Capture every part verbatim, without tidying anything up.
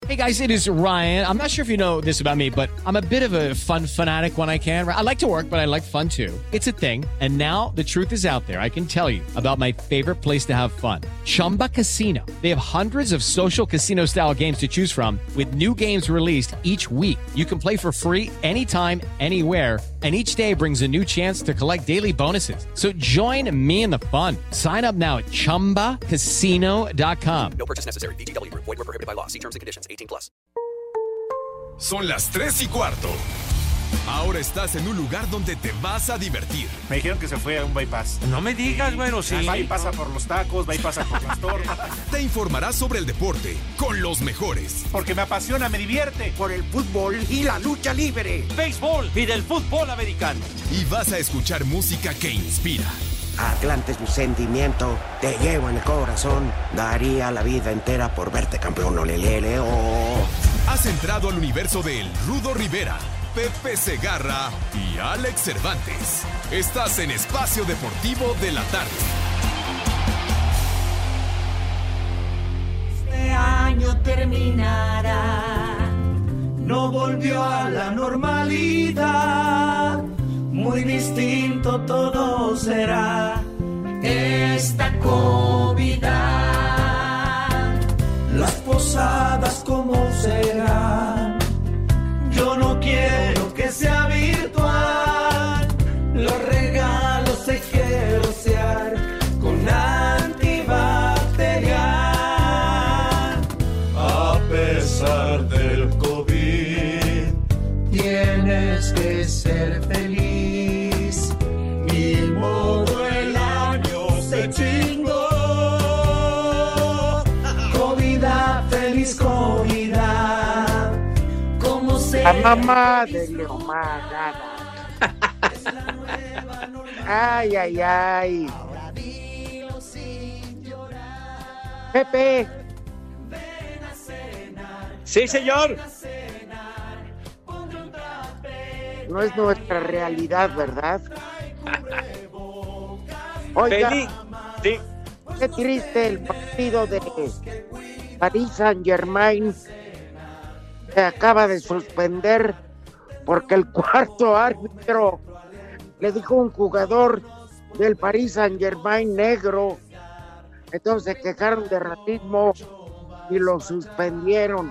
Hey guys, it is Ryan. I'm not sure if you know this about me, but I'm a bit of a fun fanatic when I can. I like to work, but I like fun too. It's a thing. And now the truth is out there. I can tell you about my favorite place to have fun. Chumba Casino. They have hundreds of social casino style games to choose from with new games released each week. You can play for free anytime, anywhere. And each day brings a new chance to collect daily bonuses. So join me in the fun. Sign up now at chumba casino dot com. No purchase necessary. V G W. Void where prohibited by law. See terms and conditions. eighteen plus. Son las tres y cuarto. Ahora estás en un lugar donde te vas a divertir. Me dijeron que se fue a un bypass. No me digas, bueno, sí. Va y pasa por los tacos, va y pasa por las tortas. Te informarás sobre el deporte con los mejores. Porque me apasiona, me divierte. Por el fútbol y la lucha libre. Béisbol y del fútbol americano. Y vas a escuchar música que inspira. Atlante es mi sentimiento, te llevo en el corazón. Daría la vida entera por verte campeón, olelele, oh. Has entrado al universo de El Rudo Rivera, Pepe Segarra y Alex Cervantes. Estás en Espacio Deportivo de la Tarde. Este año terminará, no volvió a la normalidad. Muy distinto todo será esta COVID. Las posadas como serán. Yo no quiero que sea virtual. Los regalos hay que rociar con antibacterial. A pesar del COVID, tienes que ser feliz. Ni modo el año se chingó. COVID, feliz COVID. Como se la mamá de Leomagada. Ay, ay, ay. Pepe. Sí, señor. No es nuestra realidad, ¿verdad? Oiga, Feliz. Sí. qué triste el partido de Paris Saint-Germain. Se acaba de suspender porque el cuarto árbitro le dijo a un jugador del Paris Saint-Germain negro. Entonces se quejaron de racismo y lo suspendieron.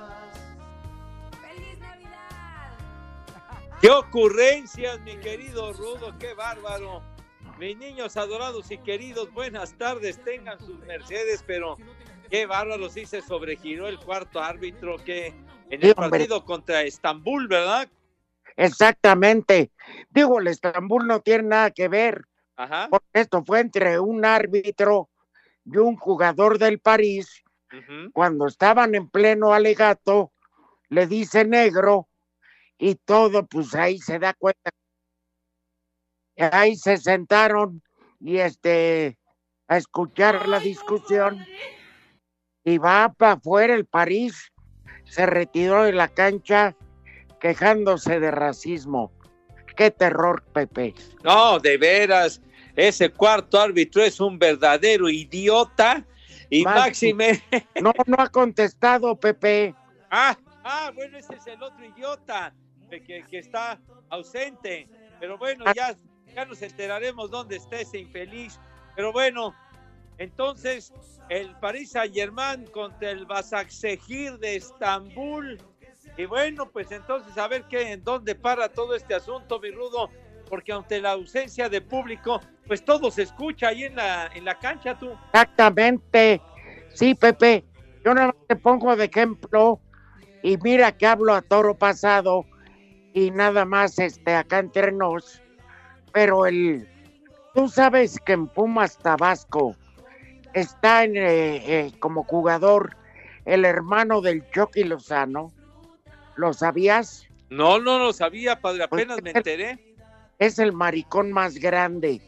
¡Qué ocurrencias, mi querido Rudo! ¡Qué bárbaro! Mis niños adorados y queridos, buenas tardes, tengan sus mercedes, pero qué bárbaro, sí se sobregiró el cuarto árbitro que en el partido contra Estambul, ¿verdad? Exactamente. Digo, el Estambul no tiene nada que ver. Ajá. Porque esto fue entre un árbitro y un jugador del París. Uh-huh. Cuando estaban en pleno alegato, le dice negro y todo, pues ahí se da cuenta. Ahí se sentaron y este a escuchar la discusión y va para afuera el París, se retiró de la cancha quejándose de racismo. Qué terror, Pepe. No, de veras, ese cuarto árbitro es un verdadero idiota y máxime. No, no ha contestado, Pepe. Ah, ah, bueno, ese es el otro idiota que, que está ausente, pero bueno, ya, ya nos enteraremos dónde está ese infeliz, pero bueno, entonces el Paris Saint-Germain contra el Başakşehir de Estambul, y bueno, pues entonces a ver qué, en dónde para todo este asunto, mi Rudo, porque ante la ausencia de público, pues todo se escucha ahí en la, en la cancha, tú. Exactamente, sí, Pepe, yo nada más te pongo de ejemplo, y mira que hablo a toro pasado, y nada más este acá entre nos, pero el, tú sabes que en Pumas Tabasco está en, eh, eh, como jugador el hermano del Chucky Lozano, ¿lo sabías? No, no lo sabía, padre, apenas pues me enteré. Es el maricón más grande.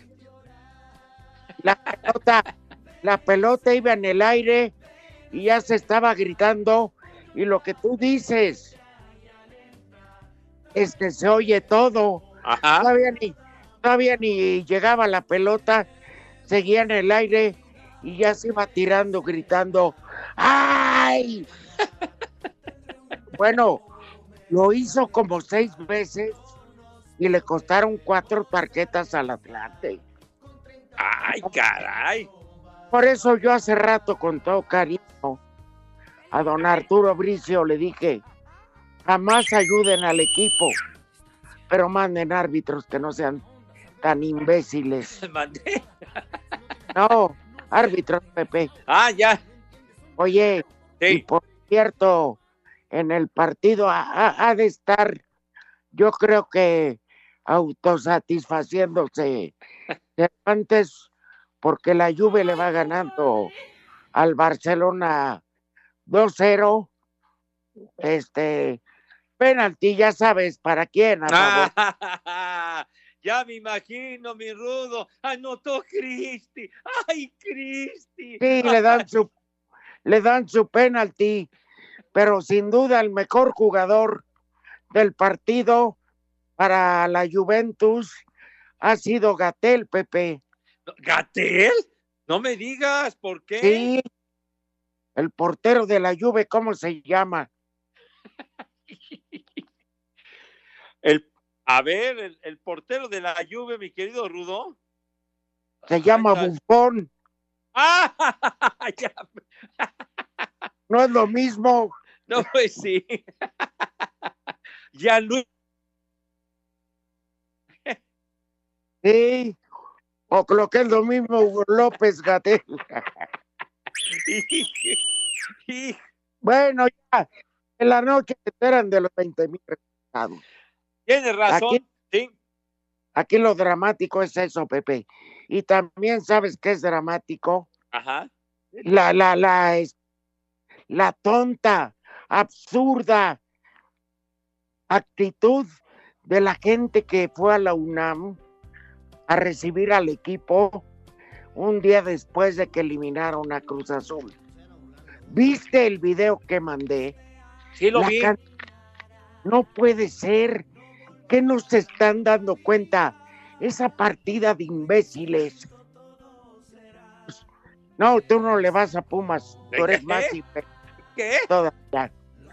La pelota, la pelota iba en el aire y ya se estaba gritando, y lo que tú dices, este se oye todo. Ajá. Todavía ni, todavía ni llegaba la pelota, seguía en el aire y ya se iba tirando, gritando, ¡Ay! Bueno, lo hizo como seis veces y le costaron cuatro tarjetas al Atlante. ¡Ay, caray! Por eso yo hace rato, con todo cariño, a don Arturo Bricio le dije, jamás ayuden al equipo, pero manden árbitros que no sean tan imbéciles. Mandé. No, árbitros, Pepe. Ah, ya. Oye, sí. Y por cierto, en el partido ha, ha, ha de estar, yo creo que autosatisfaciéndose antes, porque la Juve le va ganando al Barcelona dos cero. Este, penalti, ya sabes para quién, a favor. Ah, ya me imagino, mi Rudo. Anotó Cristi. ¡Ay, Cristi! Sí, le dan su, le dan su penalti, pero sin duda el mejor jugador del partido para la Juventus ha sido Gatell, Pepe. ¿Gatell? No me digas, ¿por qué? Sí, el portero de la Juve, ¿cómo se llama? El, a ver, el, el portero de la Juve, mi querido Rudo. Se llama Buffon. ¡Ah! Ya. No es lo mismo. No, pues sí. Ya Luis. Sí, o lo que es lo mismo, Hugo López Gatell. Bueno, ya, en la noche eran de los veinte mil resultados. Tienes razón, aquí, sí. Aquí lo dramático es eso, Pepe. Y también sabes qué es dramático. Ajá. La, la, la, la tonta, absurda actitud de la gente que fue a la UNAM a recibir al equipo un día después de que eliminaron a Cruz Azul. ¿Viste el video que mandé? Sí, lo la vi. Can... No puede ser que no se están dando cuenta esa partida de imbéciles. No, tú no le vas a Pumas, tú eres ¿Qué? más imbécil. ¿Qué? Todavía.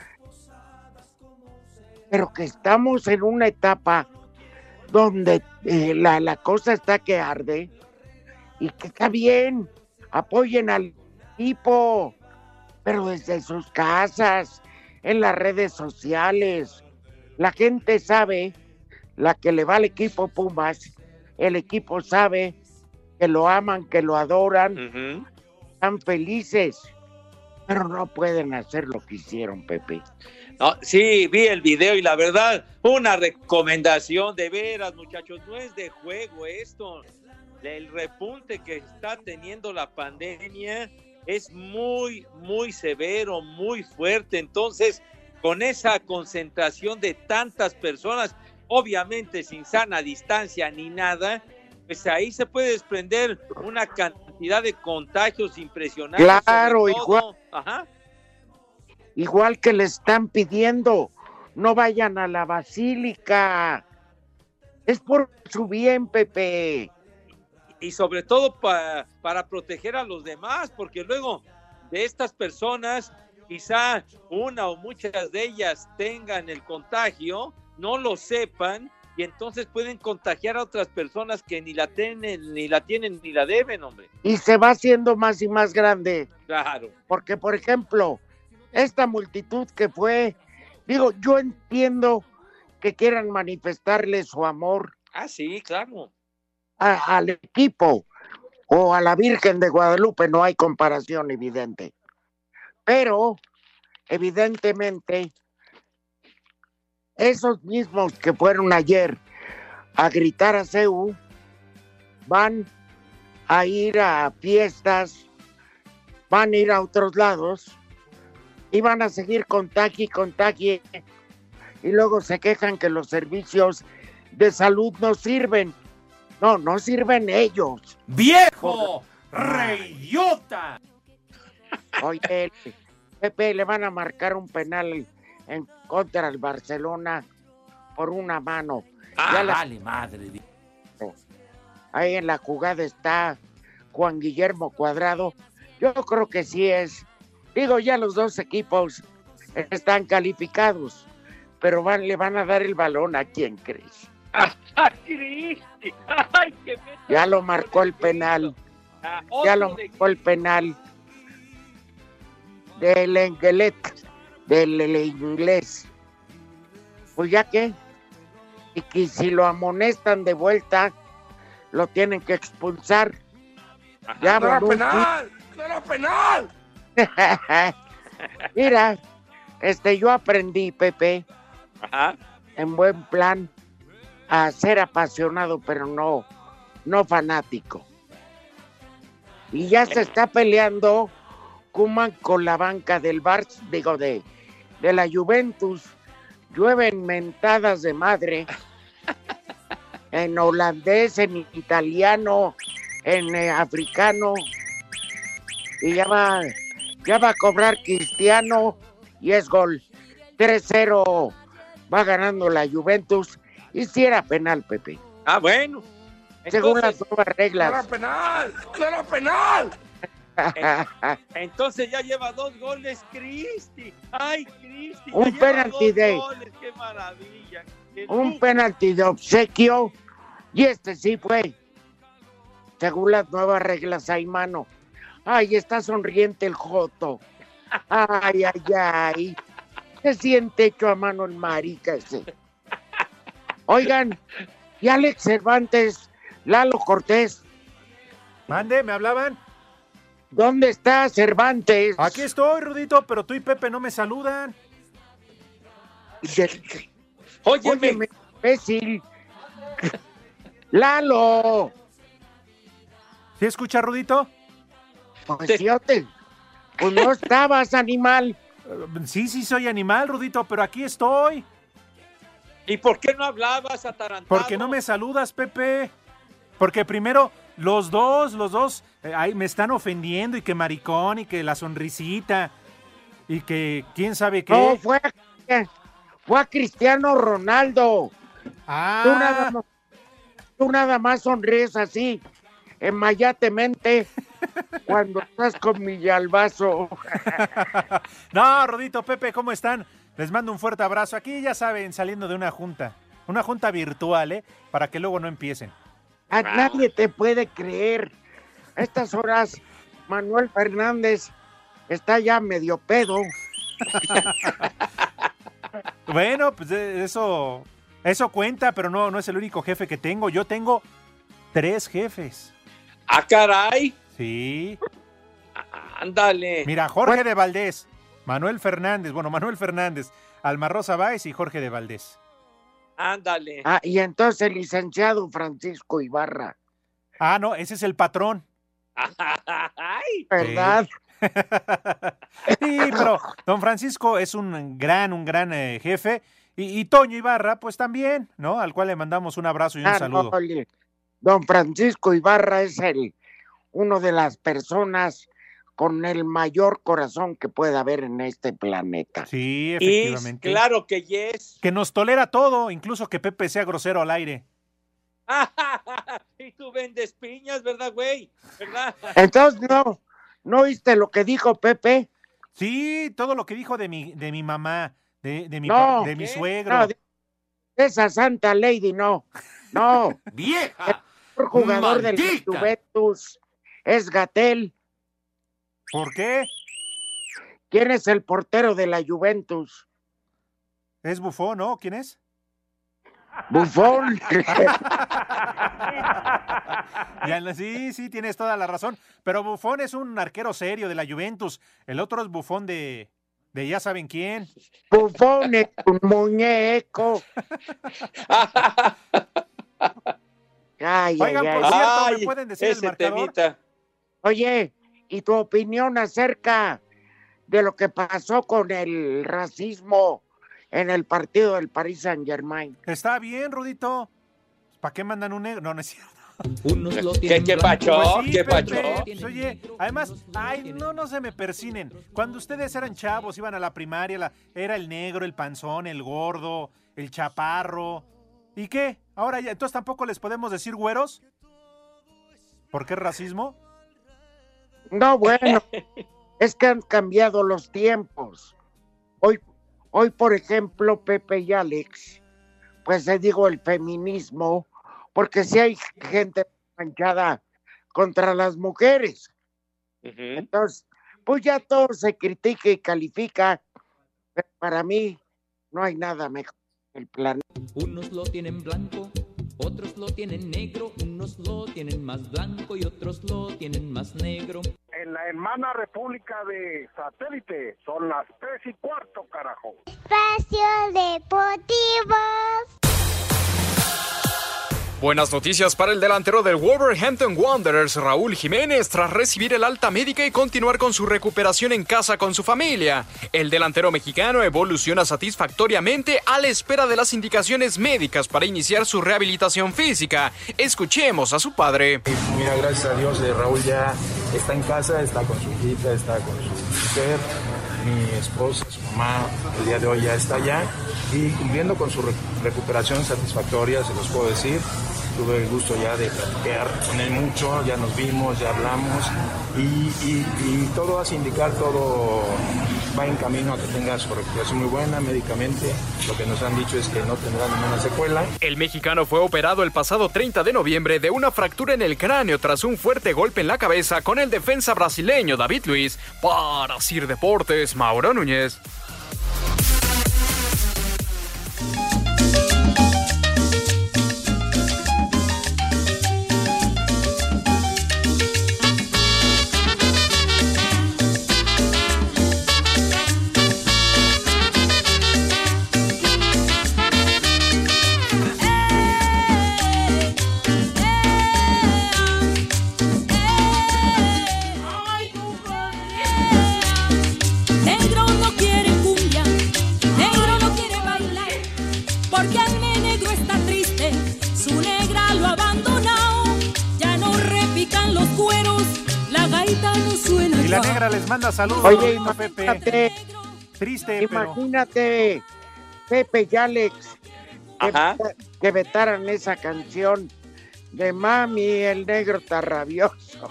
Pero que estamos en una etapa donde eh, la, la cosa está que arde y que está bien, apoyen al equipo, pero desde sus casas, en las redes sociales. La gente sabe, la que le va al equipo Pumas, el equipo sabe que lo aman, que lo adoran, uh-huh. Están felices, pero no pueden hacer lo que hicieron, Pepe. No, sí, vi el video y la verdad, una recomendación de veras, muchachos, no es de juego esto. El repunte que está teniendo la pandemia es muy, muy severo, muy fuerte. Entonces, con esa concentración de tantas personas, obviamente sin sana distancia ni nada, pues ahí se puede desprender una cantidad de contagios impresionantes. Claro, igual. Ajá. Igual que le están pidiendo, no vayan a la basílica. Es por su bien, Pepe. Y sobre todo pa, para proteger a los demás, porque luego de estas personas, quizá una o muchas de ellas tengan el contagio, no lo sepan, y entonces pueden contagiar a otras personas que ni la tienen, ni la tienen, ni la deben, hombre. Y se va haciendo más y más grande. Claro. Porque, por ejemplo, esta multitud que fue, digo, yo entiendo que quieran manifestarle su amor. Ah, sí, claro. A, al equipo o a la Virgen de Guadalupe, no hay comparación evidente. Pero, evidentemente, esos mismos que fueron ayer a gritar a C E U van a ir a fiestas, van a ir a otros lados y van a seguir contagie y contagie, y luego se quejan que los servicios de salud no sirven. No, no sirven ellos. ¡Viejo! ¡Reyota! Oye, Pepe, le van a marcar un penal en contra del Barcelona por una mano. Ah, ya la... vale, madre. Ahí en la jugada está Juan Guillermo Cuadrado. Yo creo que sí es Digo, ya los dos equipos están calificados, pero van, le van a dar el balón a quien crees. ¡Ay, Cristi! ¡Ay, qué Ya lo marcó el penal. Ah, Ya lo otro de- marcó el penal del Engelet, del el inglés. Pues ya que, y que si lo amonestan de vuelta, lo tienen que expulsar. Ya ¡No era Bonucci- penal! ¡No era penal! Mira, este, yo aprendí, Pepe, Ajá. en buen plan, a ser apasionado, pero no, no fanático. Y ya se está peleando Koeman con la banca del Barça, digo, de, de la Juventus. Llueven mentadas de madre en holandés, en italiano, en eh, africano. Y ya va, ya va a cobrar Cristiano y es gol. tres cero va ganando la Juventus. Y si era penal, Pepe. Ah, bueno. Según Entonces, las nuevas ¡No era reglas. penal! ¡No era penal! entonces ya lleva dos goles, Cristi. ¡Ay, Cristi! ya Un lleva penalti dos de- goles, ¡qué maravilla! ¡Qué Un lujo! penalti de obsequio. Y este sí fue. Según las nuevas reglas, hay mano. Ay, está sonriente el Joto. Ay, ay, ay. Se siente hecho a mano el marica ese. Oigan, y Alex Cervantes, Lalo Cortés, Mande, ¿me hablaban? ¿dónde está Cervantes? Aquí estoy, Rudito, pero tú y Pepe no me saludan. De- Óyeme, Óyeme, imbécil. Lalo. ¿Sí escucha, Rudito? Pues yo te... Pues no estabas, animal. Eh, Sí, sí soy animal, Rudito, pero aquí estoy. ¿y por qué no hablabas, atarantado? Porque no me saludas, Pepe. Porque primero los dos, los dos, eh, ahí me están ofendiendo y que maricón y que la sonrisita y que quién sabe qué. No, fue a, fue a Cristiano Ronaldo. ah, Tú nada más, tú nada más sonríes así, enmayatemente, cuando estás con Villalbazo. No, Rudito, Pepe, ¿cómo están? Les mando un fuerte abrazo. Aquí ya saben, saliendo de una junta. Una junta virtual, ¿eh? Para que luego no empiecen. A nadie te puede creer. A estas horas, Manuel Fernández está ya medio pedo. Bueno, pues eh, eso, eso cuenta, pero no, no es el único jefe que tengo. Yo tengo tres jefes. ¡Ah, caray! Sí. ¡Ándale! Mira, Jorge de Valdés, Manuel Fernández, bueno, Manuel Fernández, Alma Rosa Báez y Jorge de Valdés. ¡Ándale! Ah, y entonces el licenciado Francisco Ibarra, Ah, no, ese es el patrón. ¡Ay! ¿verdad? Sí, pero don Francisco es un gran, un gran eh, jefe. Y, y Toño Ibarra, pues también, ¿no? Al cual le mandamos un abrazo y un Ah, no, saludo. oye, don Francisco Ibarra es el uno de las personas con el mayor corazón que puede haber en este planeta. Sí, Y efectivamente. claro que yes. Que nos tolera todo, incluso que Pepe sea grosero al aire. Y tú vendes piñas, ¿verdad, güey? ¿Verdad? Entonces, no, ¿no oíste lo que dijo Pepe? Sí, todo lo que dijo de mi, de mi mamá, de, de mi, No, pa- de mi ¿qué? suegro. No, de- esa Santa Lady, no, no. ¡Vieja! El jugador del ¡Maldita! Juventus es Gatell. ¿Por qué? ¿Quién es el portero de la Juventus? Es Bufón, ¿no? ¿Quién es? Bufón. Ya, no- sí, sí, tienes toda la razón. Pero Bufón es un arquero serio de la Juventus. El otro es Bufón de, de ya saben quién. Bufón es un muñeco. Ay, Oigan, ay, por ay. cierto, ¿me Ay, pueden decir el ese marcador? temita. Oye, ¿y tu opinión acerca de lo que pasó con el racismo en el partido del Paris Saint-Germain? Está bien, Rudito. ¿Para qué mandan un negro? No, no es cierto. Unos lo ¿Qué, tienen qué blanco, pacho? Pues sí, ¿Qué Pepe, pacho? pues, oye, además, ay, no, no se me persinen. Cuando ustedes eran chavos, iban a la primaria, la, era el negro, el panzón, el gordo, el chaparro. ¿Y qué? Ahora ya, entonces tampoco les podemos decir güeros. ¿Por qué racismo? No, bueno, Es que han cambiado los tiempos. Hoy, hoy por ejemplo, Pepe y Alex, pues les digo el feminismo, porque si hay gente manchada contra las mujeres. Uh-huh. Entonces, pues ya todo se critica y califica, pero para mí no hay nada mejor que el planeta. Unos lo tienen blanco, otros lo tienen negro, unos lo tienen más blanco y otros lo tienen más negro. En la hermana República de Satélite son las tres y cuarto, carajo. Espacio Deportivo. Buenas noticias para el delantero del Wolverhampton Wanderers, Raúl Jiménez, tras recibir el alta médica y continuar con su recuperación en casa con su familia. El delantero mexicano evoluciona satisfactoriamente a la espera de las indicaciones médicas para iniciar su rehabilitación física. Escuchemos a su padre. Mira, gracias a Dios, Raúl ya está en casa, está con su hijita, está con su mujer, mi esposa, su mamá, el día de hoy ya está allá y cumpliendo con su recuperación satisfactoria, se los puedo decir. Tuve el gusto ya de platicar con él mucho, ya nos vimos, ya hablamos y, y, y todo hace indicar, todo va en camino a que tenga su recuperación muy buena médicamente. Lo que nos han dicho es que no tendrá ninguna secuela. El mexicano fue operado el pasado treinta de noviembre de una fractura en el cráneo tras un fuerte golpe en la cabeza con el defensa brasileño David Luiz. Para Sir Deportes, Mauro Núñez. Y la negra les manda saludos. Oye, imagínate, Pepe. Triste, imagínate, pero... Pepe y Alex, que, veta, que vetaran esa canción de Mami, el negro está rabioso.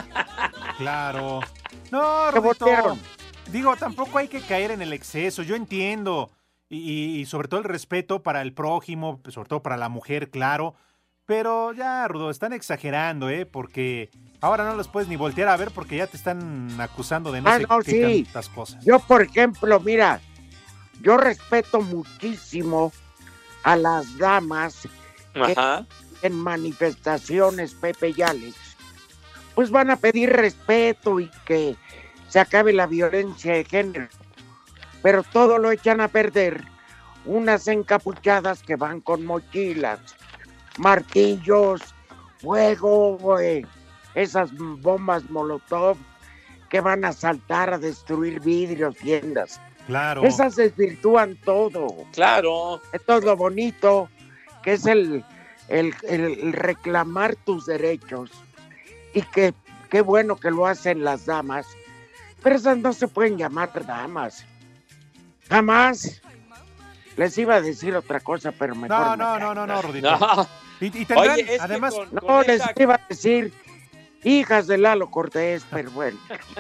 Claro. No, Rudito, digo, tampoco hay que caer en el exceso, yo entiendo. Y, y, y sobre todo el respeto para el prójimo, sobre todo para la mujer, claro. Pero ya, Rudo, están exagerando, ¿eh? Porque ahora no los puedes ni voltear a ver porque ya te están acusando de no ah, sé no, qué sí. tantas cosas. Yo, por ejemplo, mira, yo respeto muchísimo a las damas Ajá. que en manifestaciones, Pepe y Alex, pues van a pedir respeto y que se acabe la violencia de género. Pero todo lo echan a perder unas encapuchadas que van con mochilas, martillos, fuego, güey, esas bombas molotov que van a saltar a destruir vidrios, tiendas. Claro. Esas desvirtúan todo. Claro. Esto es lo bonito, que es el, el, el reclamar tus derechos. Y que qué bueno que lo hacen las damas. Pero esas no se pueden llamar damas. Jamás. Les iba a decir otra cosa, pero mejor No, me no, no, no, no, Rudito. No. Y, y tendrán, Oye, es además... Con, no, con les esa... iba a decir hijas de Lalo Cortés, pero bueno.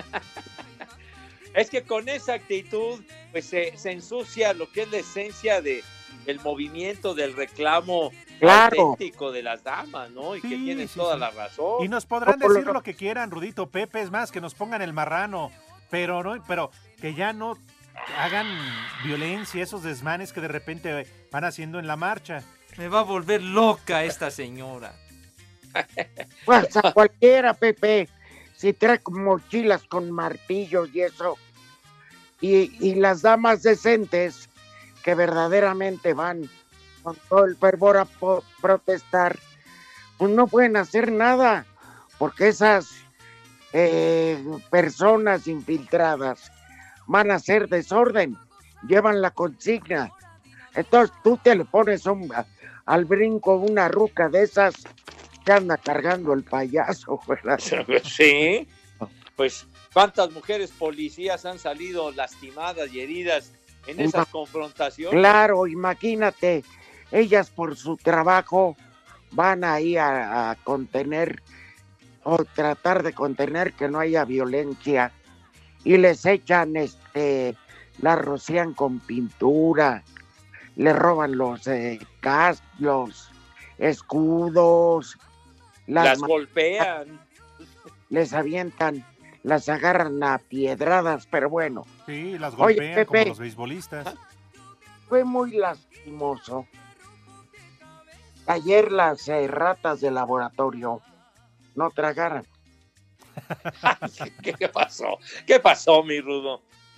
Es que con esa actitud, pues se, se ensucia lo que es la esencia de el movimiento del reclamo claro. auténtico de las damas, ¿no? Y sí, que tienen sí, toda sí. la razón. Y nos podrán no, decir lo... lo que quieran, Rudito, Pepe, es más, que nos pongan el marrano, pero no, pero que ya no hagan violencia, esos desmanes que de repente van haciendo en la marcha. Me va a volver loca esta señora. Pues a cualquiera, Pepe, si trae mochilas con martillos y eso, y, y las damas decentes que verdaderamente van con todo el fervor a po- protestar, pues no pueden hacer nada, porque esas eh, personas infiltradas van a hacer desorden, llevan la consigna. Entonces tú te le pones un, al brinco una ruca de esas que anda cargando el payaso, ¿verdad? Sí, pues cuántas mujeres policías han salido lastimadas y heridas en esas confrontaciones. Claro, imagínate, ellas por su trabajo van ahí a, a contener o tratar de contener que no haya violencia y les echan, este, la rocían con pintura, le roban los eh, cas, los escudos, las, las golpean, les avientan, las agarran a piedradas, pero bueno. Sí, las golpean. Oye, Pepe, como los beisbolistas. Fue muy lastimoso. Ayer las eh, ratas de laboratorio no tragaran. ¿Qué, ¿Qué pasó? ¿Qué pasó, mi Rudo?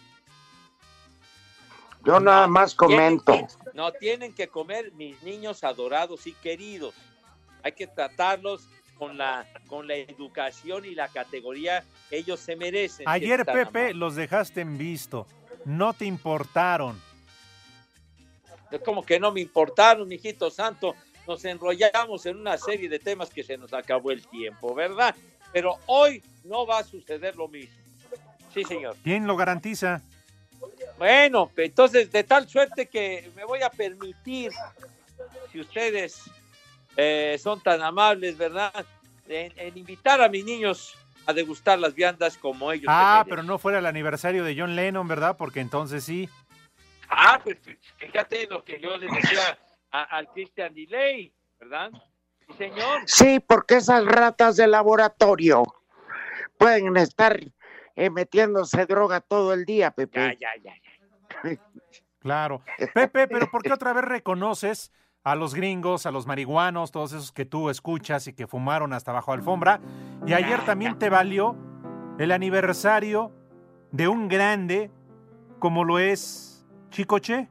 Yo nada más comento. Tienen que, no, tienen que comer mis niños adorados y queridos. Hay que tratarlos con la, con la educación y la categoría que ellos se merecen. Ayer, Pepe, amados. Los dejaste en visto. No te importaron. Es como que no me importaron, mijito santo. Nos enrollamos en una serie de temas que se nos acabó el tiempo, ¿verdad? Pero hoy no va a suceder lo mismo. Sí, señor. ¿Quién lo garantiza? Bueno, entonces, de tal suerte que me voy a permitir, si ustedes eh, son tan amables, ¿verdad?, en, en invitar a mis niños a degustar las viandas como ellos. Ah, pero no fuera el aniversario de John Lennon, ¿verdad? Porque entonces sí. Ah, pues fíjate lo que yo les decía a, al Christian Delay, ¿verdad? Sí, señor. Sí, porque esas ratas de laboratorio pueden estar eh, metiéndose droga todo el día, Pepe. Ya, ya, ya, ya. Claro. Pepe, pero ¿por qué otra vez reconoces a los gringos, a los marihuanos, todos esos que tú escuchas y que fumaron hasta bajo alfombra? Y ayer también te valió el aniversario de un grande como lo es Chicoche.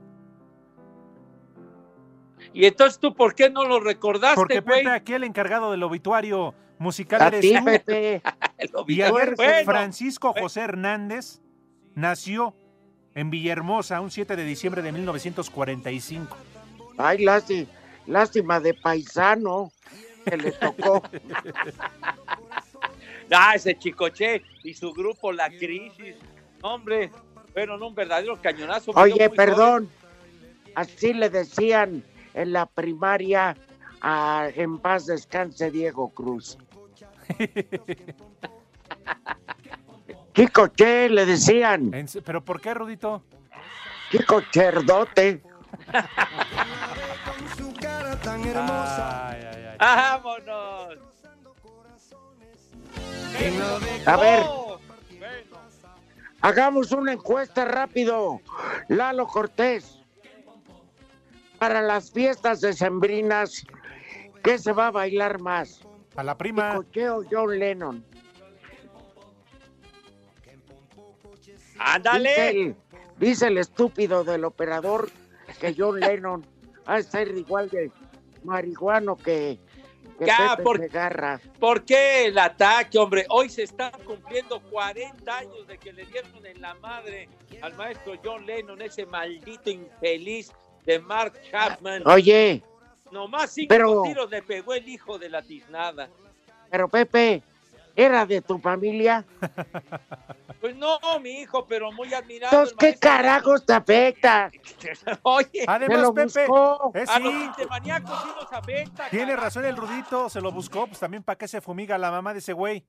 ¿Y entonces tú por qué no lo recordaste, Porque güey? Pepe, aquí el encargado del obituario musical a eres ti, tú. Pepe. Y ayer bueno, Francisco bueno. José Hernández nació en Villahermosa un siete de diciembre de mil novecientos cuarenta y cinco. Ay, lástima, lástima de paisano que le tocó. Ah, ese Chicoche y su grupo La Crisis. Hombre, fueron un verdadero cañonazo. Oye, perdón, joven. Así le decían en la primaria a En paz descanse Diego Cruz. Chicoche le decían. ¿Pero por qué, Rudito? Chicocherdote. Ay, ay, ay. ¡Vámonos! A ver, hagamos una encuesta rápido. Lalo Cortés, para las fiestas decembrinas, ¿qué se va a bailar más? A la prima. ¿Chicoche o John Lennon? ¡Ándale! Dice el, dice el estúpido del operador que John Lennon va a ser igual de marihuano que, que ya, Pepe por, Segarra. ¿Por qué el ataque, hombre? Hoy se están cumpliendo cuarenta años de que le dieron en la madre al maestro John Lennon, ese maldito infeliz de Mark Chapman. Oye, nomás cinco pero, tiros le pegó el hijo de la tiznada. Pero Pepe, ¿era de tu familia? Pues no, mi hijo, pero muy admirado. Entonces, ¿qué carajos te afecta? Oye, además, lo Pepe, es a sí. los maníacos sí nos afecta. Tiene carajo. razón el Rudito, se lo buscó, pues también para qué se fumiga la mamá de ese güey.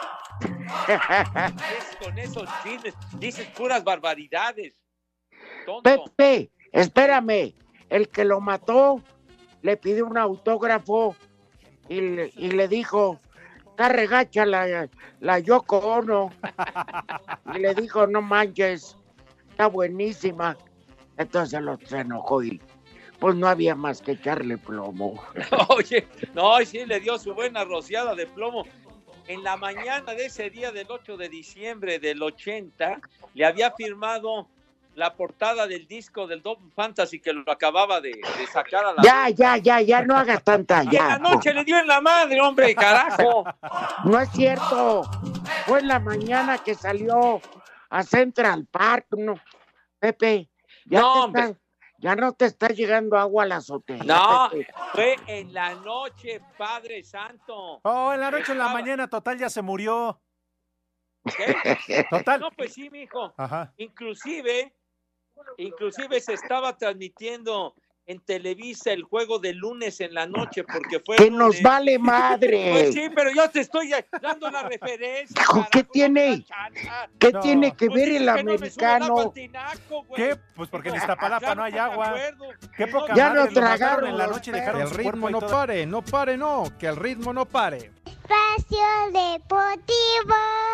Es con esos chismes, dices puras barbaridades. Tonto. Pepe, espérame, el que lo mató le pidió un autógrafo y le, y le dijo, está regacha la, la Yoko Ono. Y le dijo, no manches, está buenísima. Entonces lo se enojó y pues no había más que echarle plomo. Oye, no, sí le dio su buena rociada de plomo. En la mañana de ese día del ocho de diciembre del ochenta, le había firmado la portada del disco del Double Fantasy que lo acababa de, de sacar a la... Ya, ya, ya, ya, no hagas tanta, ya. En la noche le dio en la madre, hombre, carajo. No es cierto. Fue en la mañana que salió a Central Park, no. Pepe, ya, no, te hombre. Está, ya no te está llegando agua a la azotea. No, Pepe. fue en la noche, Padre Santo. Oh, en la noche, en la mañana, total, ya se murió. ¿Qué? Total. No, pues sí, mijo. Ajá. Inclusive, inclusive se estaba transmitiendo en Televisa el juego de lunes en la noche porque fue que lunes. Nos vale madre. Pues sí, pero yo te estoy dando la referencia. ¿Qué tiene? ¿Qué No. tiene que Pues ver sí, el que no me americano? suba el tinaco, güey. ¿Qué? Pues porque en Iztapalapa Claro no hay que me agua. acuerdo. Qué poca Ya madre, no lo mataron tragaron en la los noche y perros. dejaron Que el su ritmo cuerpo y no todo. pare, no pare, no, que el ritmo no pare. Espacio Deportivo.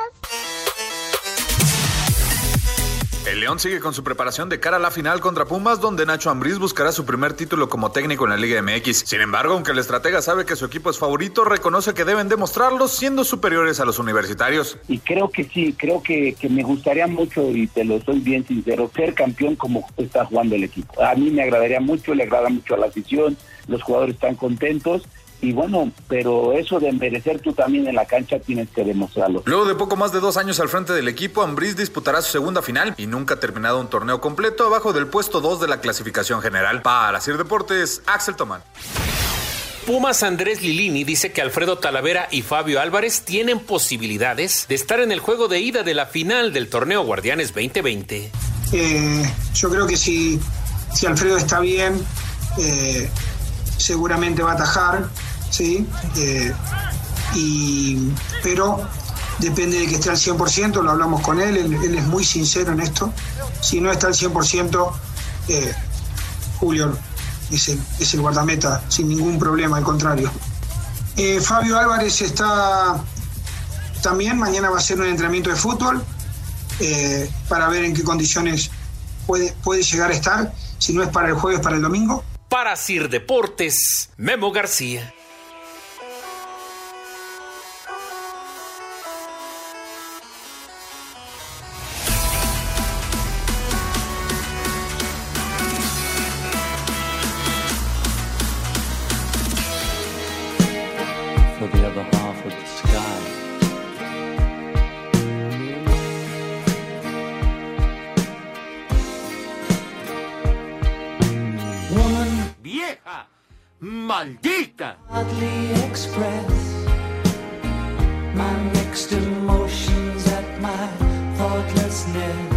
El León sigue con su preparación de cara a la final contra Pumas, donde Nacho Ambriz buscará su primer título como técnico en la Liga M X. Sin embargo, aunque el estratega sabe que su equipo es favorito, reconoce que deben demostrarlo siendo superiores a los universitarios. Y creo que sí, creo que, que me gustaría mucho, y te lo soy bien sincero, ser campeón como está jugando el equipo. A mí me agradaría mucho, le agrada mucho a la afición, los jugadores están contentos. Y bueno, pero eso de merecer tú también en la cancha tienes que demostrarlo. Luego de poco más de dos años al frente del equipo, Ambriz disputará su segunda final y nunca ha terminado un torneo completo abajo del puesto dos de la clasificación general. Para Sir Deportes, Axel Tomán. Pumas Andrés Lilini dice que Alfredo Talavera y Fabio Álvarez tienen posibilidades de estar en el juego de ida de la final del torneo Guardianes veinte veinte. Eh, yo creo que si, si Alfredo está bien, eh, seguramente va a atajar. Sí, eh, y, pero depende de que esté al cien por ciento, lo hablamos con él, él, él es muy sincero en esto. Si no está al cien por ciento, eh, Julio es el, es el guardameta, sin ningún problema, al contrario. Eh, Fabio Álvarez está también, mañana va a ser un entrenamiento de fútbol eh, para ver en qué condiciones puede, puede llegar a estar, si no es para el jueves, para el domingo. Para Sir Deportes, Memo García. For the other half of the sky. Woman, vieja, maldita. Hardly express my mixed emotions at my thoughtlessness.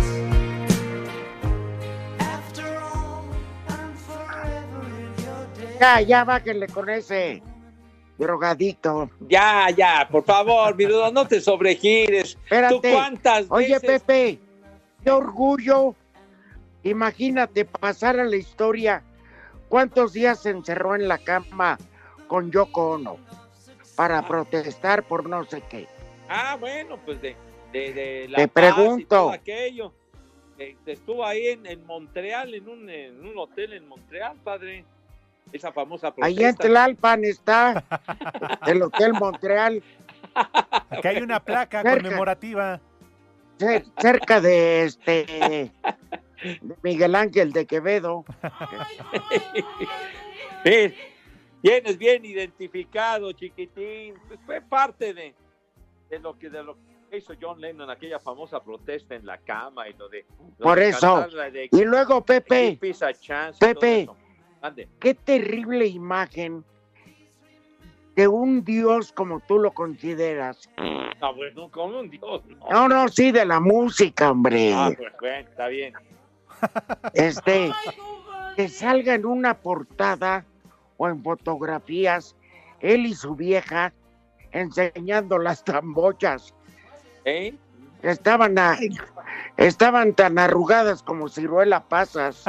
After all, I'm forever in your debt. Ya, ya bájenle con ese drogadito. Ya, ya, por favor, mi duda, no te sobregires. Espérate. ¿Tú cuántas Oye, veces? Pepe, qué orgullo. Imagínate pasar a la historia. ¿Cuántos días se encerró en la cama con Yoko Ono para protestar por no sé qué? Ah, bueno, pues de, de, de la Te paz y pregunto. todo aquello. Eh, Estuvo ahí en, en Montreal, en un, en un hotel en Montreal, padre. Esa famosa protesta. Ahí en Tlalpan está el Hotel Montreal. Aquí hay una placa Cerca. conmemorativa. cer- cerca de este de Miguel Ángel de Quevedo. Bien, tienes bien identificado, chiquitín. Pues fue parte de, de lo que de lo que hizo John Lennon, aquella famosa protesta en la cama y lo de. lo Por de eso. cantar la de- Y luego, Pepe, Give Peace a Chance y todo Pepe, eso. Ande. qué terrible imagen de un dios como tú lo consideras. No, pues no, como un dios. No, No, no, sí, de la música, hombre. Ah, pues bueno, está bien. Este, que salga en una portada o en fotografías él y su vieja enseñando las tambochas. ¿Eh? Estaban, a- estaban tan arrugadas como ciruela pasas.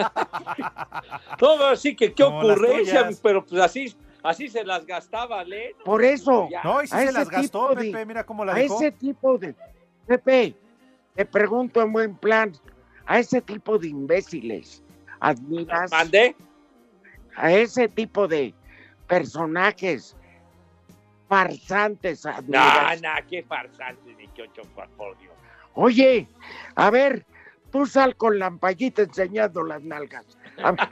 No, así que qué Como las ocurrencia, tuyas. pero pues así, así se las gastaba Lennon. Por eso, Ya. No, y sí a se ese las gastó, tipo de- Pepe, mira cómo la a dejó. ese tipo de... Pepe, te pregunto en buen plan, a ese tipo de imbéciles, ¿admiras? ¿Mandé? A ese tipo de personajes farsantes, No, ¿admiras? no, qué farsante, ni qué ocho, por Dios. Oye, a ver, tú sal con la ampallita enseñando las nalgas. A ver,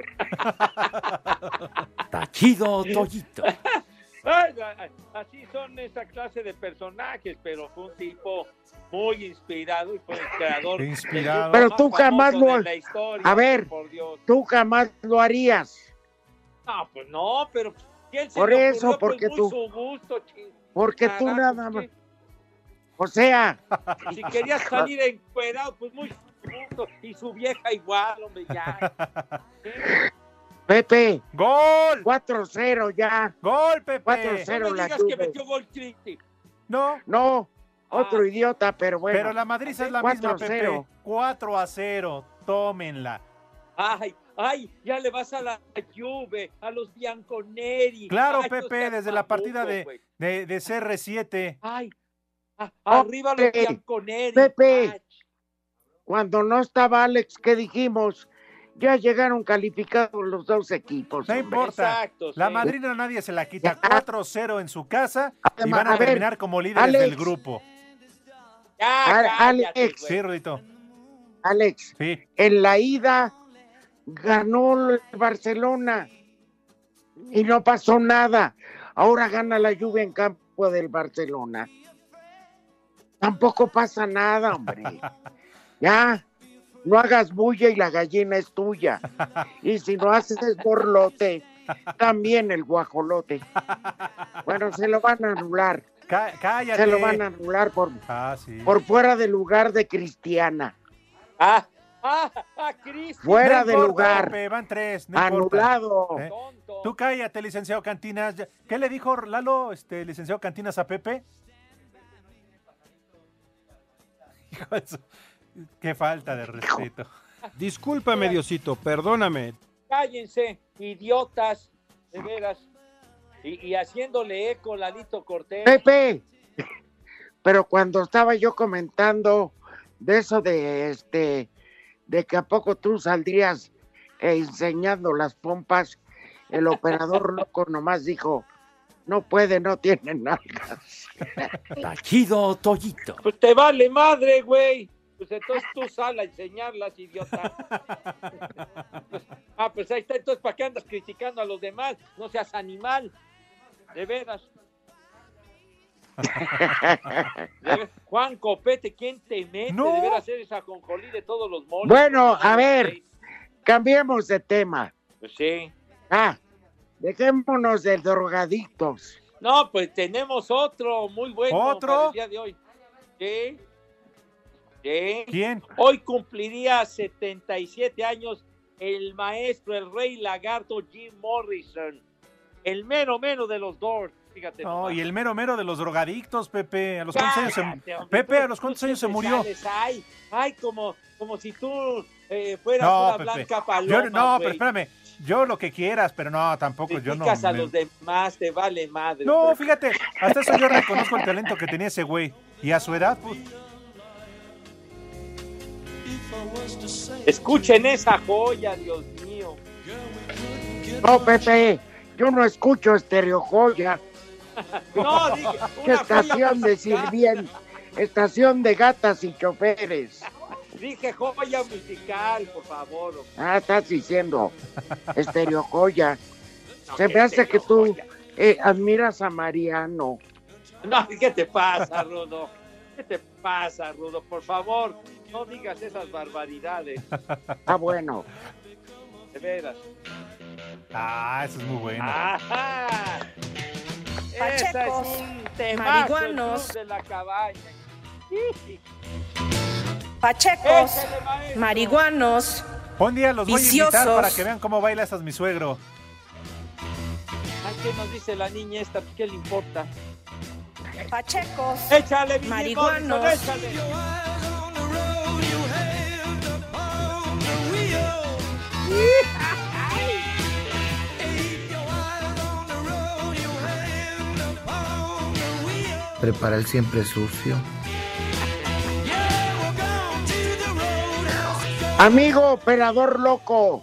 Tachido Toyito. Ay, ay, así son esa clase de personajes, pero fue un tipo muy inspirado y fue el creador. del Inspirado. grupo Pero más tú jamás famoso lo- de la historia, a ver. por Dios. tú jamás lo harías. No, pues no, pero ¿quién se Por le eso, ocurrió? porque Pues tú- muy su gusto, ching- Porque tú carajo, nada ¿qué? más... O sea, Si querías salir encuerado, pues muy su gusto. Y su vieja igual, hombre, ya. ¿Sí? Pepe. ¡Gol! cuatro cero ya. ¡Gol, Pepe! cuatro cero No me la digas que Juve. metió gol Cristi. No. No, otro Ah. idiota, pero bueno. Pero la Madrid es la misma, Pepe. cuatro a cero. Tómenla. Ay, ay, ya le vas a la Juve, a los Bianconeri. Claro, Ay, no Pepe, seas desde la partida mamuco, de, güey. de, de C R siete. Ay, a- arriba los Pepe, Bianconeri. Pepe, Ay, cuando no estaba Alex, ¿qué dijimos? Ya llegaron calificados los dos equipos. No hombre. importa. Exacto, La sí. Madrid a nadie se la quita. Ya. cuatro cero en su casa y Además, van a, a ver, terminar como líderes Alex. del grupo. Ya, Al- cállate, Alex. güey. Sí, Rodito. Alex, Sí. en la ida ganó el Barcelona y no pasó nada. Ahora gana la Juve en campo del Barcelona. Tampoco pasa nada, hombre. Ya, no hagas bulla y la gallina es tuya. Y si no haces borlote, también el guajolote. Bueno, se lo van a anular. Cá- cállate. Se lo van a anular por, Ah, sí. por fuera de lugar de Cristiana. Ah, ah, ah, Cristi. Fuera No de importa, lugar. Pepe, van tres. No importa. Anulado. ¿Eh? Tonto. Tú cállate, licenciado Cantinas. Ya- ¿Qué le dijo Lalo, este, licenciado Cantinas, a Pepe? Hijo de su- Qué falta de respeto. Discúlpame, Diosito, perdóname. Cállense, idiotas, de veras. Y, y haciéndole eco, Lalito Cortés. Pepe, pero cuando estaba yo comentando de eso de este, de que a poco tú saldrías eh, enseñando las pompas, el operador loco nomás dijo, no puede, no tiene nalgas. Tachido Toyito. Pues te vale madre, güey. Pues entonces tú sal a enseñarlas, idiota. Ah, pues ahí está. Entonces, ¿para qué andas criticando a los demás? No seas animal. De veras. De veras. Juan Copete, ¿quién te mete? No. De veras eres ajonjolí de todos los moles. Bueno, a ver, cambiemos de tema. Pues sí. Ah, dejémonos de drogadictos. No, pues tenemos otro muy bueno ¿Otro? para el día de hoy. Sí. Sí. ¿Quién? Hoy cumpliría setenta y siete años el maestro, el rey lagarto Jim Morrison. El mero mero de los Doors. Fíjate. No, nomás. y el mero mero de los drogadictos, Pepe. ¿A los cuántos años se, Cállate, hombre, Pepe, tú- ¿a los cuántos tú años se siempre murió? sales, Ay, ay, como, como si tú eh, fueras No, una Pepe. blanca paloma. Yo, no, güey. pero espérame. Yo lo que quieras, pero no, tampoco. Yo no. Criticas a me- los demás, te vale madre. No, güey. fíjate, hasta eso yo reconozco el talento que tenía ese güey. Y a su edad, pues. Escuchen esa joya, Dios mío. No, Pepe, yo no escucho Estereo Joya. No, dije, ¿Qué una joya estación de musical. sirvientes? Estación de gatas y choferes. Dije joya musical, por favor. hombre. Ah, estás diciendo Estereo Joya. No, Se que me hace que tú Joya. eh, admiras a Mariano. No, ¿qué te pasa, Rudo? ¿Qué te pasa, Rudo? Por favor, no digas esas barbaridades. Ah, bueno. De veras. Ah, eso es muy bueno. ¡Ajá! Esa Pachecos, es un temazo, marihuanos. el Club de la cabaña. Pachecos, Échale, maestro. marihuanos, Un día los voy a invitar viciosos. para que vean cómo baila estas mi suegro. Ay, ¿qué nos dice la niña esta? ¿Qué le importa? pachecos, Échale, Billy marihuanos. Morrison, échale. Prepara el siempre sucio. Amigo operador loco.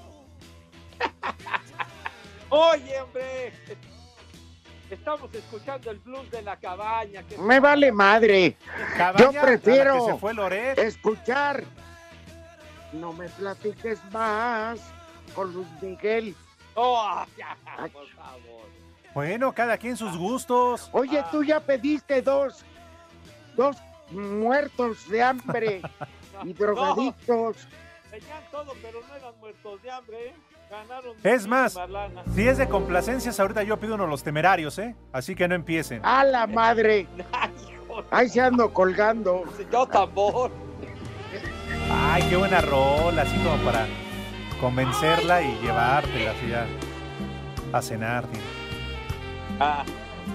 Oye, hombre. Estamos escuchando el blues de la cabaña. que- Me vale madre. Cabaña, Yo a la prefiero que se fue Loret. escuchar. No me platiques más con Luis Miguel. Oh, ya, por favor. Bueno, cada quien sus gustos. Oye, tú ya pediste dos, dos muertos de hambre y drogadictos. Tenían todo, pero no eran muertos de hambre, ¿eh? Ganaron Es más, muchísima lana. si es de complacencias, ahorita yo pido uno de los temerarios, ¿eh? Así que no empiecen. ¡A la madre! Ay, hijo, Ahí se ando colgando. yo tambor. Ay, qué buena rola, así como para convencerla y llevártela así a, a cenar. ¿Sí? Ah.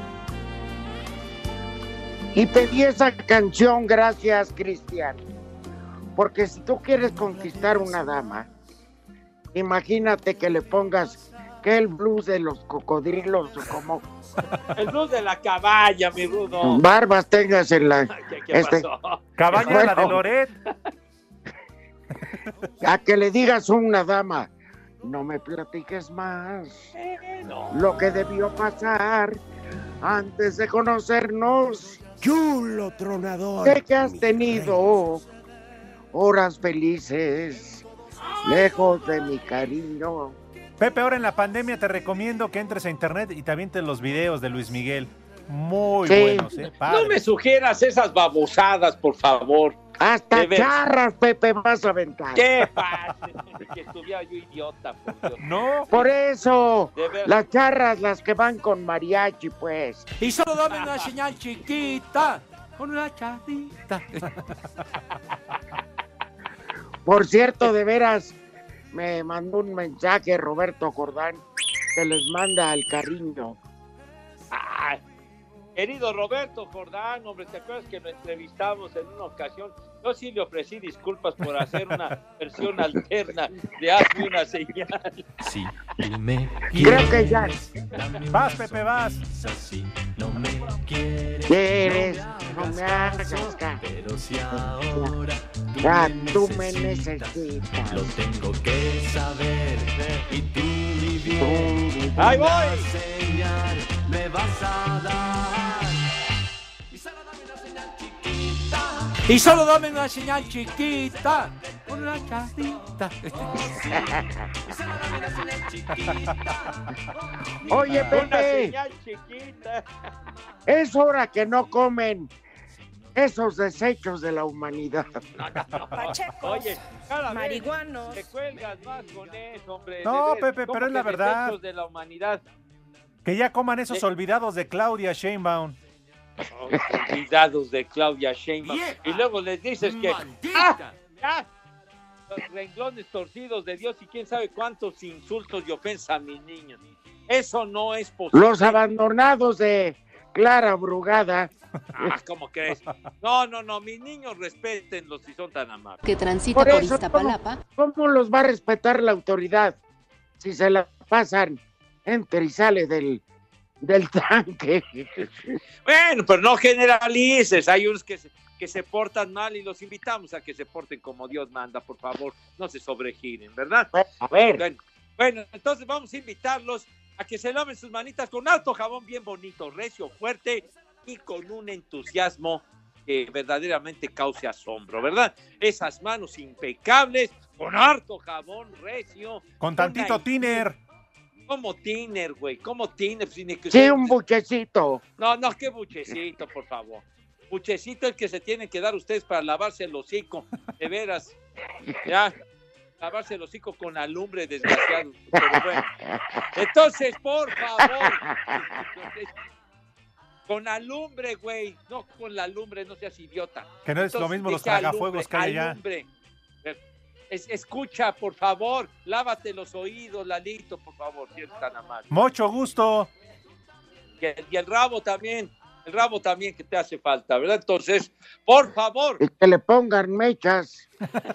Y pedí esa canción, gracias, Cristian. Porque si tú quieres conquistar una dama, imagínate que le pongas que el blues de los cocodrilos o como... El blues de la caballa, mi Rudo. Barbas tengas en la... ¿Qué, qué este, pasó? Cabaña, bueno, la de Loret. A que le digas a una dama, no me platiques más eh, no. lo que debió pasar antes de conocernos. Chulo tronador. Sé que has tenido horas felices, lejos de mi cariño. Pepe, ahora en la pandemia te recomiendo que entres a internet y te avientes los videos de Luis Miguel. Muy sí. buenos, ¿eh? Padre. No me sugieras esas babosadas, por favor. Hasta charras, Pepe, vas a aventar. ¿Qué pasa? Que estuviera yo idiota, por Dios. No. Por eso, las charras, las que van con mariachi, pues. Y solo dame una señal chiquita, con una charrita. Por cierto, de veras, me mandó un mensaje Roberto Jordán que les manda al cariño. Ah, querido Roberto Jordán, hombre, ¿te acuerdas que lo entrevistamos en una ocasión? Yo sí le ofrecí disculpas por hacer una versión alterna de Hazme una señal. Sí, tú me Creo que ya. Vas, Pepe, vas. Así no me quieres. ¿Quieres? No me hagas caso. Pero si ahora tú ya me tú me necesitas, necesitas. lo tengo que saber. Y tú, mi bien, ¡ahí voy! una señal me vas a dar. Y solo dame una señal chiquita. Y solo dame una señal chiquita, con una charrita. Oye, Una Pepe, señal chiquita. es hora que no comen esos desechos de la humanidad. Pachecos, Oye, cada marihuanos. vez te cuelgas más con eso, hombre. No, de ver, Pepe, ¿cómo pero es la que verdad. desechos de la humanidad. Que ya coman esos ¿Eh? olvidados de Claudia Sheinbaum. Oh, olvidados de Claudia Sheinbaum. Y luego les dices que... ¡Ah! ¡Ya! Los renglones torcidos de Dios y quién sabe cuántos insultos y ofensas a mis niños. Eso no es posible. Los abandonados de Clara Brugada. Ah, ¿cómo crees? No, no, no, mis niños respétenlos si son tan amables. Que transita por, Por por eso, Iztapalapa. ¿cómo, ¿Cómo los va a respetar la autoridad si se la pasan, entra y sale del, del tanque? Bueno, pero no generalices, hay unos que se, que se portan mal y los invitamos a que se porten como Dios manda, por favor, no se sobregiren, ¿verdad? A ver. Bueno, bueno, entonces vamos a invitarlos a que se laven sus manitas con alto jabón bien bonito, recio, fuerte y con un entusiasmo que verdaderamente cause asombro, ¿verdad? Esas manos impecables, con harto jabón recio. Con tantito una... tiner. ¿Cómo tiner, güey? ¿Cómo tiner? Sí, un buchecito. No, no, qué buchecito, por favor. Buchecito el que se tienen que dar ustedes para lavarse el hocico, de veras. Ya, lavarse el hocico con alumbre, desgraciado. Pero bueno. Entonces, por favor. Con alumbre, güey. No con la alumbre, no seas idiota. Que no es Entonces, lo mismo los dije tragafuegos que hay allá. Alumbre. Es, escucha, por favor, lávate los oídos, Lalito, por favor, si eres tan amable. Mucho gusto. Y el, y el rabo también, el rabo también que te hace falta, ¿verdad? Entonces, por favor. Y que le pongan mechas.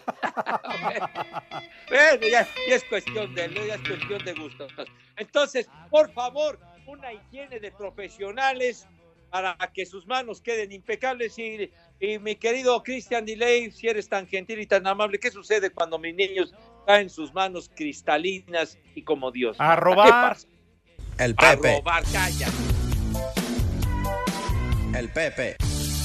Bueno, ya, ya es cuestión de, ya es cuestión de gusto. Entonces, por favor, una higiene de profesionales para que sus manos queden impecables. Y, y mi querido Cristian Delay, si eres tan gentil y tan amable, ¿qué sucede cuando mis niños traen sus manos cristalinas y como Dios? A robar. El Pepe. A robar, calla. El Pepe.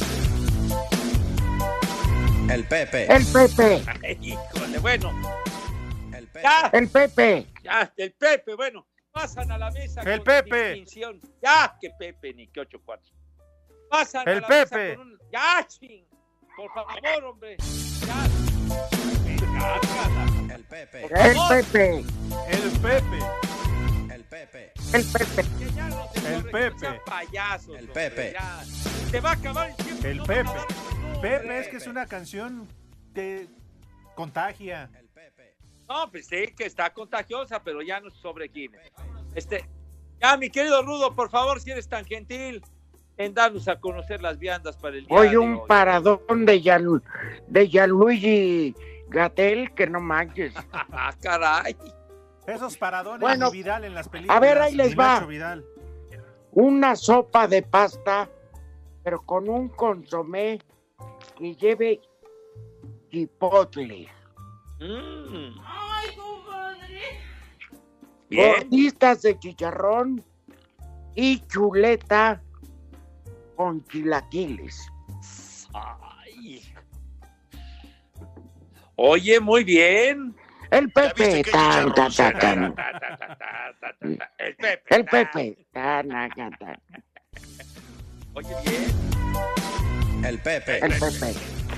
El Pepe. El Pepe. Ay, híjole, bueno. El Pepe. Ya. El Pepe. Ya, el Pepe, bueno. Pasan a la mesa el con Pepe. distinción. Ya, que Pepe, ni que ocho cuatro. Pasan el a la Pepe. mesa con un... Ya, ching. Por favor, hombre. Ya. El Pepe. El Pepe. El Pepe. El Pepe. El Pepe. Que ya no se El corre, Pepe. sean payasos, El hombre, Pepe. ya. Se va a acabar el tiempo. El no Pepe. va a acabar el Pepe, nombre. es que es una canción que contagia. El Pepe. No, pues sí, que está contagiosa, pero ya no sobre Guinness. Este, ya, mi querido Rudo, por favor, si eres tan gentil en darnos a conocer las viandas para el día Hoy de un hoy. paradón de, Gian, de Gianluigi Gatell, que no manches. Ah, caray. Esos paradones Bueno, de Vidal en las películas. a ver, ahí les de va. Nacho Vidal. Una sopa de pasta, pero con un consomé que lleve chipotle. Mm. Ay, compadre. Bien. Gorditas de chicharrón y chuleta con chilaquiles. Ay. Oye, muy bien. El Pepe. Tan, tan, tan, tan. El Pepe. El Pepe. Tan, tan, tan. Oye, bien. El Pepe. El Pepe.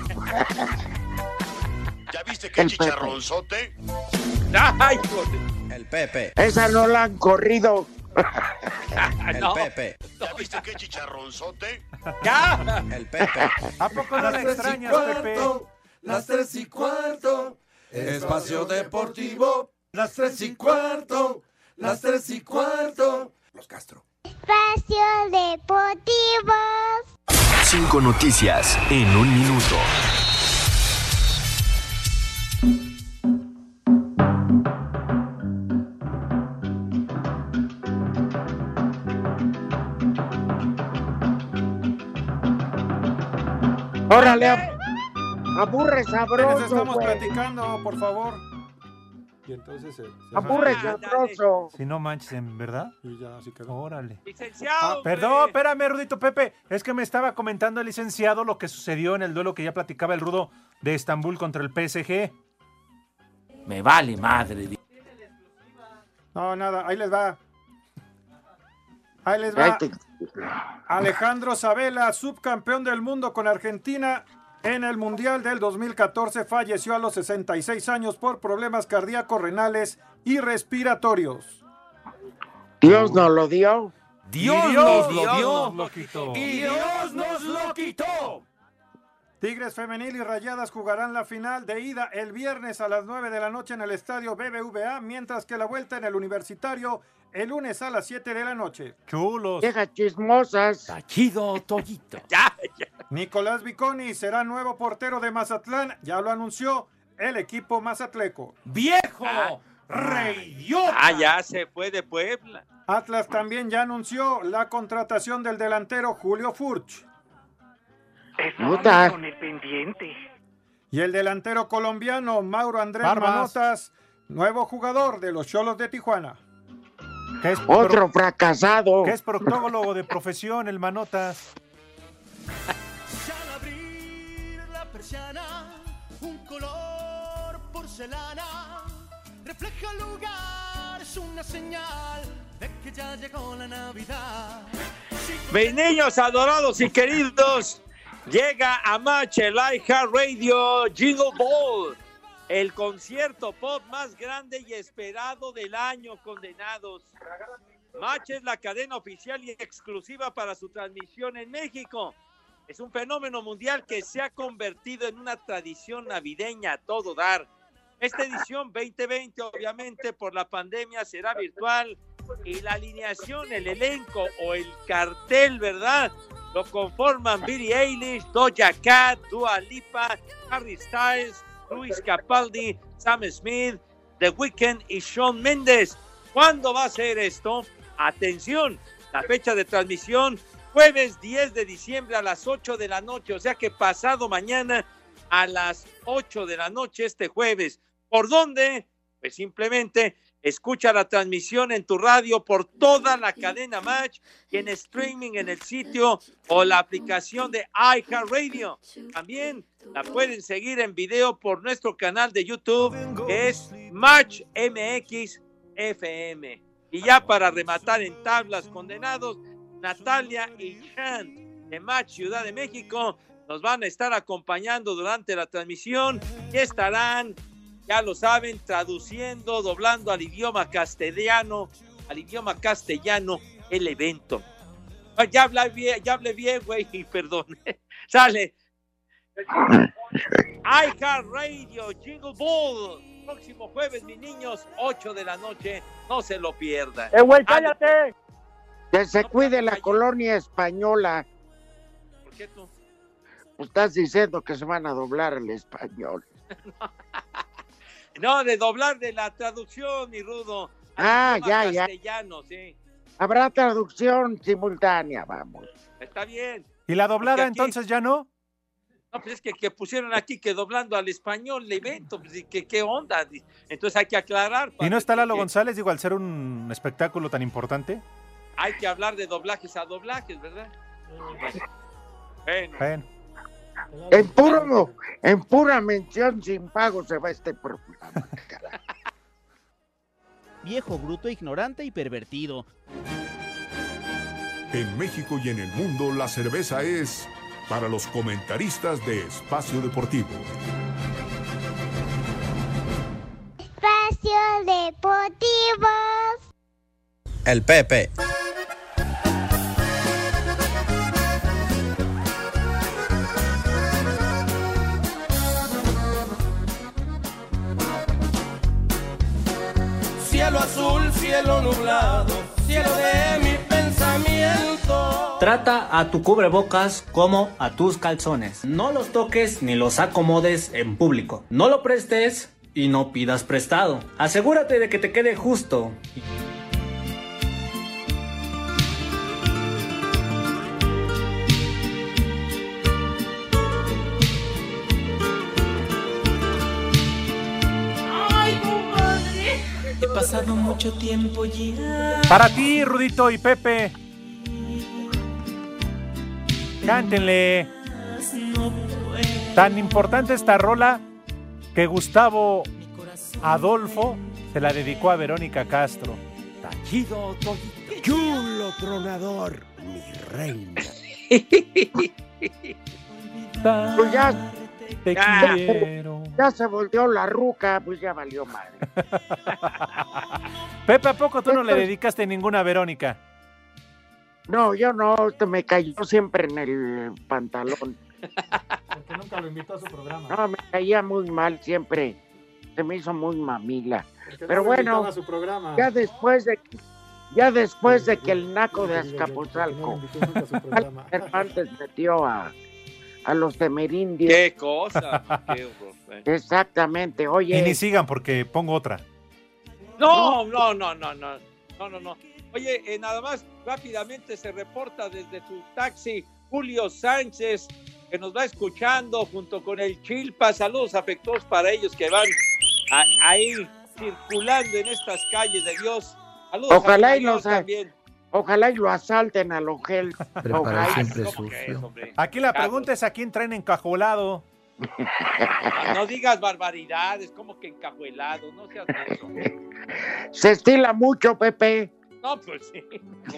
¿Ya viste qué El Pepe. chicharronzote? Ay, joder. El Pepe. Esa no la han corrido. El No. Pepe. ¿Ya viste qué chicharronzote? ¡Ya! El Pepe. ¿A poco no la extrañas, Pepe? Las tres y cuarto, espacio deportivo. Las tres y cuarto, las tres y cuarto. Los Castro. Espacio Deportivo. Cinco noticias en un minuto. Órale, ab- aburre Apenas sabroso, estamos güey. platicando, por favor. Y entonces se, se Aburre Ah, sabroso. Si no manches, ¿en verdad? y ya así quedó. Órale. Licenciado. Perdón, hombre. espérame, Rudito Pepe. Es que me estaba comentando el licenciado lo que sucedió en el duelo que ya platicaba el Rudo de Estambul contra el P S G. Me vale madre. No, nada, ahí les va. Ahí les Ay, va. te- Alejandro Sabella, subcampeón del mundo con Argentina en el Mundial del dos mil catorce, falleció a los sesenta y seis años por problemas cardíacos, renales y respiratorios. Dios nos lo dio. Dios, Y nos Dios lo dio. nos lo quitó. Y Dios nos lo quitó. Tigres Femenil y Rayadas jugarán la final de ida el viernes a las nueve de la noche en el estadio B B V A, mientras que la vuelta en el Universitario el lunes a las siete de la noche. Chulos. Viejas chismosas. Tachido Toyito. Ya, ya. Nicolás Viconi será nuevo portero de Mazatlán, ya lo anunció el equipo mazatleco. ¡Viejo! Ah. ¡Reyota! Ah, ya se fue de Puebla. Atlas también ya anunció la contratación del delantero Julio Furch. Puta. Y el delantero colombiano Mauro Andrés Barbas. Manotas, nuevo jugador de los Xolos de Tijuana. Que es, Otro pro- fracasado. que es proctólogo de profesión, el Manotas. Y al abrir la persiana, un color porcelana refleja el lugar, es una señal de que ya llegó la Navidad. Mis niños adorados y queridos, llega a Match el iHeartRadio Jingle Ball, el concierto pop más grande y esperado del año, condenados. Match es la cadena oficial y exclusiva para su transmisión en México. Es un fenómeno mundial que se ha convertido en una tradición navideña a todo dar. Esta edición veinte veinte, obviamente, por la pandemia será virtual y la alineación, el elenco o el cartel, ¿verdad?, lo conforman Billie Eilish, Doja Cat, Dua Lipa, Harry Styles, Luis Capaldi, Sam Smith, The Weeknd y Shawn Mendes. ¿Cuándo va a ser esto? Atención, la fecha de transmisión, jueves diez de diciembre a las ocho de la noche, o sea que pasado mañana a las ocho de la noche este jueves. ¿Por dónde? Pues simplemente escucha la transmisión en tu radio por toda la cadena Match y en streaming en el sitio o la aplicación de iHeartRadio. También la pueden seguir en video por nuestro canal de YouTube, que es Match M X F M. Y ya para rematar en tablas, condenados, Natalia y Chan de Match Ciudad de México nos van a estar acompañando durante la transmisión y estarán, ya lo saben, traduciendo, doblando al idioma castellano, al idioma castellano el evento. Ah, ya hablé bien, ya hablé bien, güey, perdón. Sale. iHeartRadio Jingle Ball próximo jueves, mis niños, ocho de la noche. No se lo pierdan. ¡Eh, güey, cállate! Que se cuide la colonia española. ¿Por qué tú? Pues estás diciendo que se van a doblar al español. No, de doblar de la traducción, mi Rudo. Ah, ya, ya. Castellano, sí. Habrá traducción simultánea, vamos. Está bien. ¿Y la doblada aquí, entonces ya no? No, pues es que, que pusieron aquí que doblando al español el evento, pues, y que qué onda. Entonces hay que aclarar. ¿Y no está Lalo que, González, digo, al ser un espectáculo tan importante? Hay que hablar de doblajes a doblajes, ¿verdad? Bueno. Bueno. En puro, en pura mención sin pago se va este programa. Viejo, bruto, ignorante y pervertido. En México y en el mundo, la cerveza es para los comentaristas de Espacio Deportivo. Espacio Deportivo. El Pepe. Cielo azul, cielo nublado, cielo de mi pensamiento. Trata a tu cubrebocas como a tus calzones. No los toques ni los acomodes en público. No lo prestes y no pidas prestado. Asegúrate de que te quede justo. He pasado mucho tiempo ya. Para ti, Rudito y Pepe. Cántenle. Tan importante esta rola que Gustavo Adolfo se la dedicó a Verónica Castro. Tachido, chulo tronador, mi reina. Pues ya, Te ya, quiero. ya se volteó la ruca, pues ya valió madre. Pepe, ¿a poco tú no le dedicaste ninguna a Verónica? No, yo no, te me cayó siempre en el pantalón. Porque nunca lo invitó a su programa. No, me caía muy mal siempre. Se me hizo muy mamila. Porque Pero no lo bueno, invitaba a su programa. ya después de ya después de que el naco de Azcapotzalco Cervantes metió a, a los temerindios. Qué cosa. Qué horror, eh. Exactamente, oye. Y ni sigan porque pongo otra. No, no, no, no, no, no, no, no. Oye, eh, nada más rápidamente se reporta desde tu taxi Julio Sánchez, que nos va escuchando junto con el Chilpa. Saludos afectuosos para ellos que van a, ahí circulando en estas calles de Dios. Saludos. Ojalá a y los también. Ojalá y lo asalten a los gel. Prepara siempre sucio. Aquí la pregunta es a quién traen encajolado. No, no digas barbaridades, como que encajuelado, no seas eso. Se estila mucho, Pepe. No, pues sí.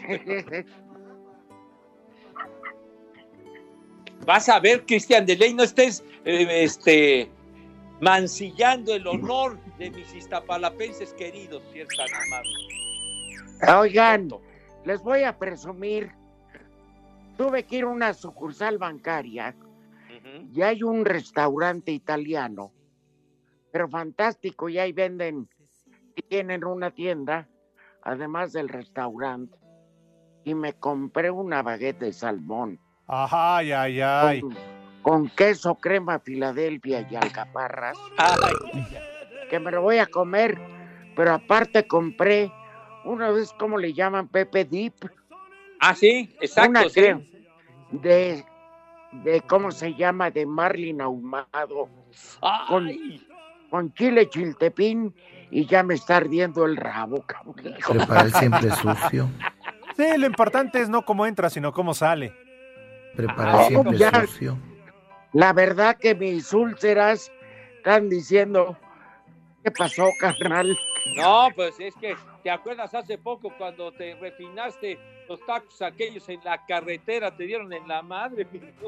Vas a ver, Cristian de Ley, no estés eh, este, mancillando el honor de mis iztapalapenses queridos, si es tan amable. Oigan, les voy a presumir. Tuve que ir a una sucursal bancaria uh-huh. y hay un restaurante italiano, pero fantástico, y ahí venden, tienen una tienda, además del restaurante, y me compré una baguette de salmón. Ajá, ay, ay, ay. Con, con queso, crema Filadelfia y alcaparras. Ay. Que me lo voy a comer, pero aparte compré una vez, ¿cómo le llaman, Pepe? Dip. Ah, sí, exacto. Una sí. crema de, de, ¿cómo se llama? De marlin ahumado. Con, con chile chiltepín y ya me está ardiendo el rabo, cabrón. Prepara el siempre sucio. Sí, lo importante es no cómo entra, sino cómo sale. Prepara el siempre ya, sucio. La verdad que mis úlceras están diciendo, ¿qué pasó, carnal? No, pues es que te acuerdas hace poco cuando te refinaste los tacos aquellos en la carretera, te dieron en la madre.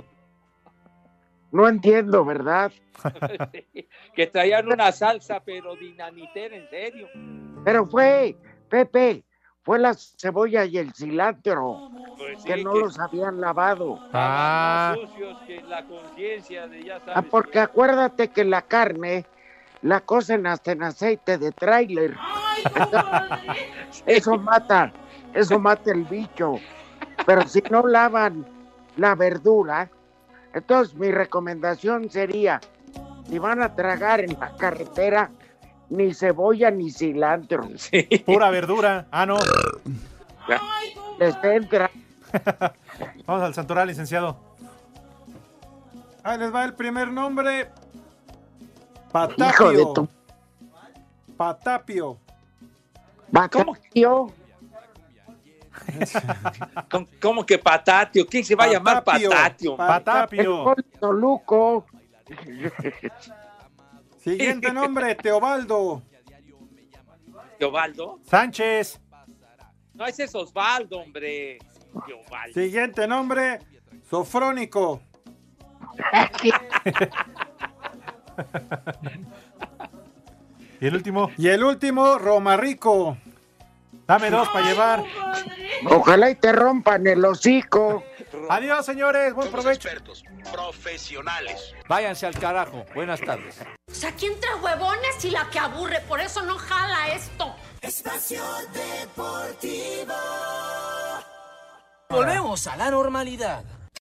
No entiendo, ¿verdad? Sí, que traían una salsa, pero dinamitera, en serio. Pero fue, Pepe, fue la cebolla y el cilantro, pues sí, que no que los habían lavado. Ah. Más sucios que la conciencia de ya sabes. Ah, porque acuérdate que la carne la cocen hasta en aceite de tráiler. Eso mata, eso mata el bicho. Pero si no lavan la verdura, entonces mi recomendación sería, si van a tragar en la carretera, ni cebolla ni cilantro. Sí. Pura verdura. Ah, no. Les entra. Vamos al santoral, licenciado. Ahí les va el primer nombre. Patapio. Hijo de tu... Patapio. ¿Cómo? ¿Cómo, ¿Cómo que Patatio? ¿Quién se va Patapio. a llamar Patatio? Patapio. Toluco. Siguiente nombre, Teobaldo. ¿Teobaldo? Sánchez. No, ese es Osvaldo, hombre. Teobaldo. Siguiente nombre, Sofrónico. ¿Y el último? Y el último, Romarrico. Dame dos para llevar. Ojalá y te rompan el hocico. Adiós, señores. Buen Somos provecho. expertos, profesionales. Váyanse al carajo. Buenas tardes. O sea, aquí entre huevones y la que aburre, por eso no jala esto. Espacio Deportivo. Volvemos a la normalidad.